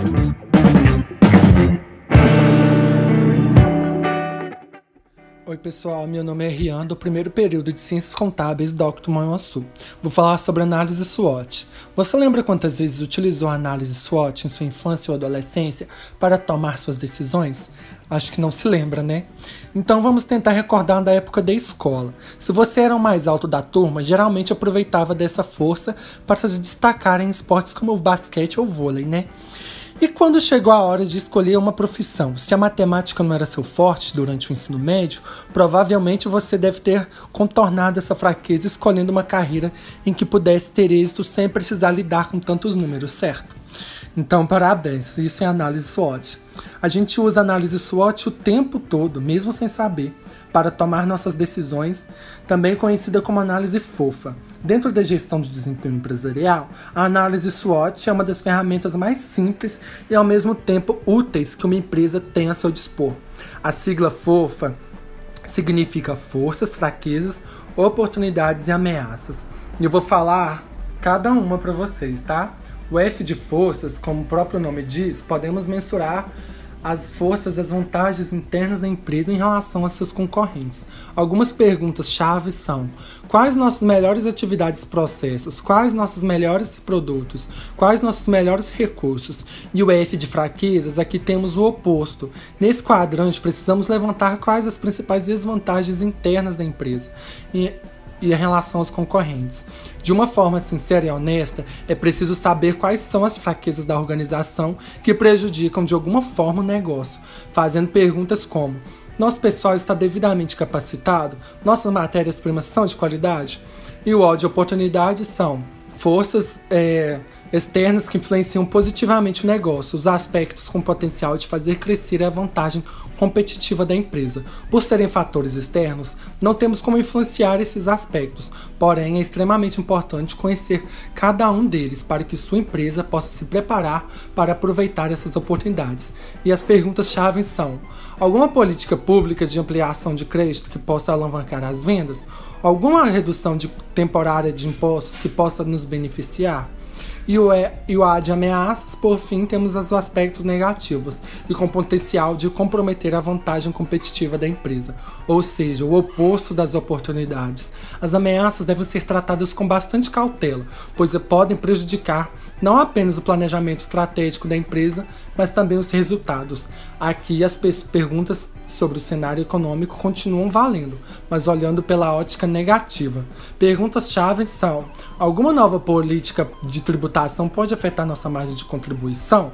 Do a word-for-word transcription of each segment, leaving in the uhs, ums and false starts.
Oi pessoal, meu nome é Rian, do primeiro período de Ciências Contábeis Doctor Manhuaçu. Vou falar sobre análise SWOT. Você lembra quantas vezes utilizou a análise SWOT em sua infância ou adolescência para tomar suas decisões? Acho que não se lembra, né? Então vamos tentar recordar da época da escola. Se você era o mais alto da turma, geralmente aproveitava dessa força para se destacar em esportes como o basquete ou vôlei, né? E quando chegou a hora de escolher uma profissão, se a matemática não era seu forte durante o ensino médio, provavelmente você deve ter contornado essa fraqueza escolhendo uma carreira em que pudesse ter êxito sem precisar lidar com tantos números, certo? Então, parabéns, isso é análise SWOT. A gente usa análise SWOT o tempo todo, mesmo sem saber, para tomar nossas decisões, também conhecida como análise fofa. Dentro da gestão de desempenho empresarial, a análise SWOT é uma das ferramentas mais simples e ao mesmo tempo úteis que uma empresa tem a seu dispor. A sigla fofa significa forças, fraquezas, oportunidades e ameaças. E eu vou falar cada uma para vocês, tá? O F de forças, como o próprio nome diz, podemos mensurar as forças e as vantagens internas da empresa em relação a seus concorrentes. Algumas perguntas-chave são: quais nossas melhores atividades e processos? Quais nossos melhores produtos? Quais nossos melhores recursos? E o F de fraquezas, aqui temos o oposto. Nesse quadrante, precisamos levantar quais as principais desvantagens internas da empresa e e em relação aos concorrentes. De uma forma sincera e honesta, é preciso saber quais são as fraquezas da organização que prejudicam de alguma forma o negócio, fazendo perguntas como: nosso pessoal está devidamente capacitado? Nossas matérias-primas são de qualidade? E o O de oportunidade são forças é, externas que influenciam positivamente o negócio, os aspectos com potencial de fazer crescer a vantagem competitiva da empresa. Por serem fatores externos, não temos como influenciar esses aspectos, porém é extremamente importante conhecer cada um deles para que sua empresa possa se preparar para aproveitar essas oportunidades. E as perguntas-chave são: alguma política pública de ampliação de crédito que possa alavancar as vendas? Alguma redução de temporária de impostos que possa nos beneficiar? E o, e, e o A de ameaças, por fim, temos os aspectos negativos e com potencial de comprometer a vantagem competitiva da empresa, ou seja, o oposto das oportunidades. As ameaças devem ser tratadas com bastante cautela, pois podem prejudicar não apenas o planejamento estratégico da empresa, mas também os resultados. Aqui as perguntas sobre o cenário econômico continuam valendo, mas olhando pela ótica negativa. Perguntas-chave são: alguma nova política de tributação pode afetar nossa margem de contribuição?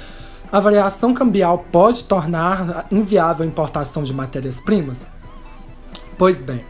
A variação cambial pode tornar inviável a importação de matérias-primas? Pois bem,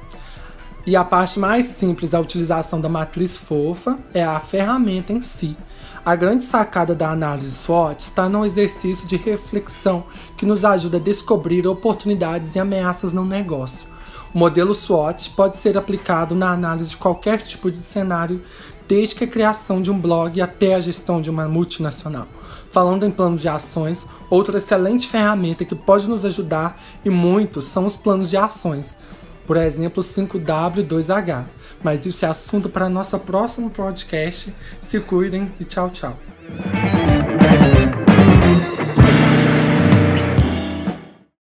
e a parte mais simples da utilização da matriz fofa é a ferramenta em si. A grande sacada da análise SWOT está no exercício de reflexão que nos ajuda a descobrir oportunidades e ameaças no negócio. O modelo SWOT pode ser aplicado na análise de qualquer tipo de cenário, desde que a criação de um blog até a gestão de uma multinacional. Falando em planos de ações, outra excelente ferramenta que pode nos ajudar e muito são os planos de ações. Por exemplo, cinco W dois H. Mas isso é assunto para nosso próximo podcast. Se cuidem e tchau, tchau.